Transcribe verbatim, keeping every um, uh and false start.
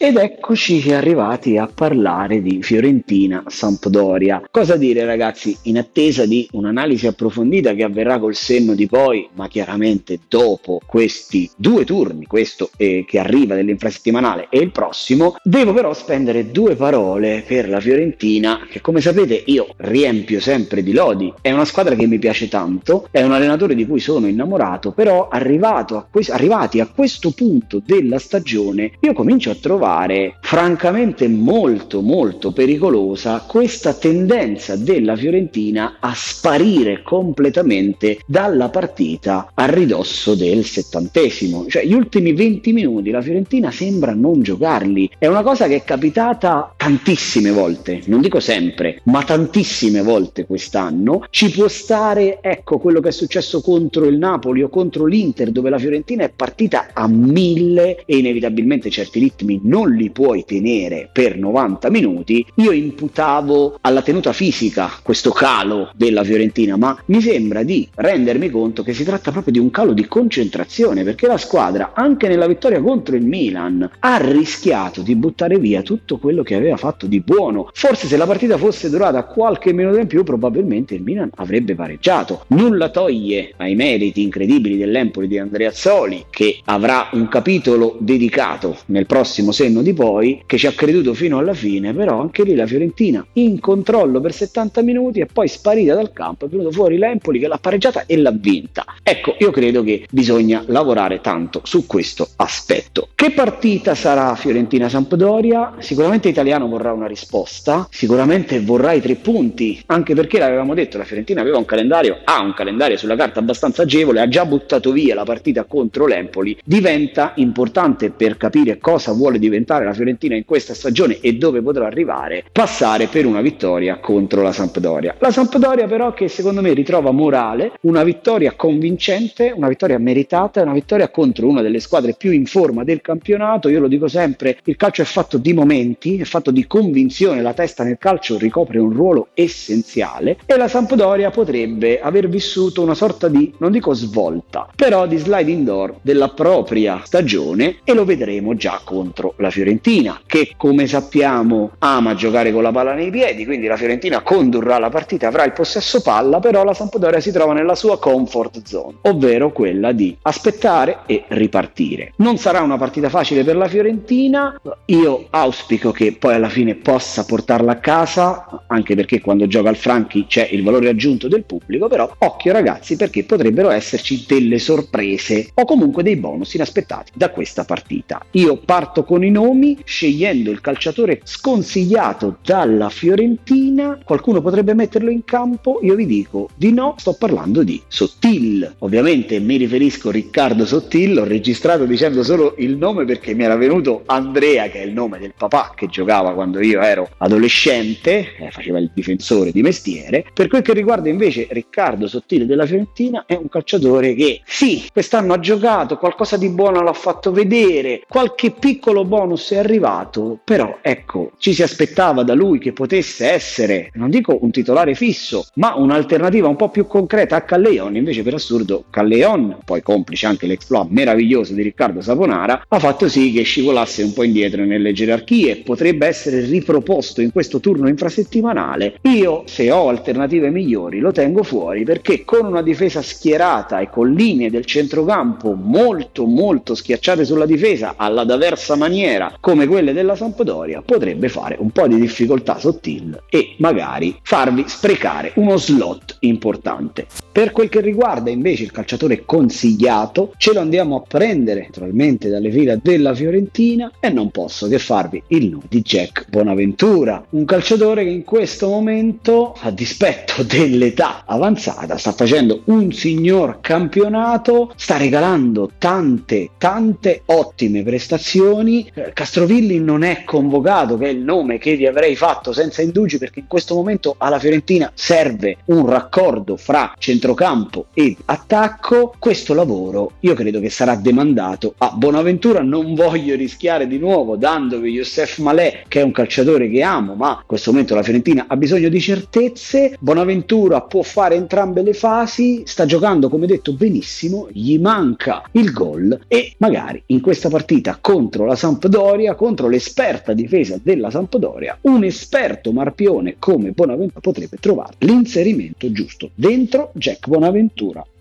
Ed eccoci arrivati a parlare di Fiorentina-Sampdoria. Cosa dire, ragazzi, in attesa di un'analisi approfondita che avverrà col senno di poi, ma chiaramente dopo questi due turni, questo eh, che arriva dell'infrasettimanale e il prossimo, devo però spendere due parole per la Fiorentina, che come sapete io riempio sempre di lodi. È una squadra che mi piace tanto, è un allenatore di cui sono innamorato, però arrivato a que- arrivati a questo punto della stagione io comincio a trovare francamente molto molto pericolosa questa tendenza della Fiorentina a sparire completamente dalla partita a ridosso del settantesimo. Cioè gli ultimi venti minuti la Fiorentina sembra non giocarli. È una cosa che è capitata tantissime volte, non dico sempre, ma tantissime volte quest'anno. Ci può stare, ecco, quello che è successo contro il Napoli o contro l'Inter, dove la Fiorentina è partita a mille e inevitabilmente certi ritmi non non li puoi tenere per novanta minuti. Io imputavo alla tenuta fisica questo calo della Fiorentina, ma mi sembra di rendermi conto che si tratta proprio di un calo di concentrazione, perché la squadra anche nella vittoria contro il Milan ha rischiato di buttare via tutto quello che aveva fatto di buono. Forse se la partita fosse durata qualche minuto in più probabilmente il Milan avrebbe pareggiato. Nulla toglie ai meriti incredibili dell'Empoli di Andreazzoli, che avrà un capitolo dedicato nel prossimo senno di poi, che ci ha creduto fino alla fine. Però anche lì la Fiorentina in controllo per settanta minuti e poi sparita dal campo, è venuto fuori l'Empoli che l'ha pareggiata e l'ha vinta. Ecco, io credo che bisogna lavorare tanto su questo aspetto. Che partita sarà Fiorentina-Sampdoria? Sicuramente Italiano vorrà una risposta, sicuramente vorrà i tre punti, anche perché l'avevamo detto, la Fiorentina aveva un calendario, ha un calendario sulla carta abbastanza agevole, ha già buttato via la partita contro l'Empoli. Diventa importante, per capire cosa vuole diventare la Fiorentina in questa stagione e dove potrà arrivare, passare per una vittoria contro la Sampdoria. La Sampdoria però che secondo me ritrova morale, una vittoria convincente, una vittoria meritata, una vittoria contro una delle squadre più in forma del campionato. Io lo dico sempre, il calcio è fatto di momenti, è fatto di convinzione, la testa nel calcio ricopre un ruolo essenziale e la Sampdoria potrebbe aver vissuto una sorta di, non dico svolta, però di sliding door della propria stagione, e lo vedremo già contro la Fiorentina, che come sappiamo ama giocare con la palla nei piedi, quindi la Fiorentina condurrà la partita, avrà il possesso palla, però la Sampdoria si trova nella sua comfort zone, ovvero quella di aspettare e ripartire. Non sarà una partita facile per la Fiorentina, io auspico che poi alla fine possa portarla a casa, anche perché quando gioca al Franchi c'è il valore aggiunto del pubblico, però occhio ragazzi, perché potrebbero esserci delle sorprese o comunque dei bonus inaspettati da questa partita. Io parto con i nomi, scegliendo il calciatore sconsigliato dalla Fiorentina. Qualcuno potrebbe metterlo in campo, io vi dico di no, sto parlando di Sottil. Ovviamente mi riferisco a Riccardo Sottil, ho registrato dicendo solo il nome perché mi era venuto Andrea, che è il nome del papà che giocava quando io ero adolescente, eh, faceva il difensore di mestiere. Per quel che riguarda invece Riccardo Sottil della Fiorentina, è un calciatore che sì, quest'anno ha giocato, qualcosa di buono l'ha fatto vedere, qualche piccolo bonus è arrivato, però ecco, ci si aspettava da lui che potesse essere, non dico un titolare fisso, ma un'alternativa un po' più concreta a Callejon. Invece per assurdo Callejon, poi complice anche l'exploit meraviglioso di Riccardo Saponara, ha fatto sì che scivolasse un po' indietro nelle gerarchie. Potrebbe essere riproposto in questo turno infrasettimanale. Io, se ho alternative migliori, lo tengo fuori, perché con una difesa schierata e con linee del centrocampo molto molto schiacciate sulla difesa alla d'Aversa maniera come quelle della Sampdoria, potrebbe fare un po' di difficoltà Sottil e magari farvi sprecare uno slot importante. Per quel che riguarda invece il calciatore consigliato, ce lo andiamo a prendere naturalmente dalle fila della Fiorentina e non posso che farvi il nome di Jack Bonaventura, un calciatore che in questo momento, a dispetto dell'età avanzata, sta facendo un signor campionato, sta regalando tante tante ottime prestazioni. Castrovilli non è convocato, che è il nome che vi avrei fatto senza indugi, perché in questo momento alla Fiorentina serve un raccordo fra centrocampo ed attacco. Questo lavoro io credo che sarà demandato a Bonaventura. Non voglio rischiare di nuovo dandovi Youssef Malé, che è un calciatore che amo, ma in questo momento la Fiorentina ha bisogno di certezze. Bonaventura può fare entrambe le fasi, sta giocando come detto benissimo, gli manca il gol e magari in questa partita contro la Sampdoria Sampdoria contro l'esperta difesa della Sampdoria. Un esperto marpione come Bonaventura potrebbe trovare l'inserimento giusto dentro Jack Bonaventura.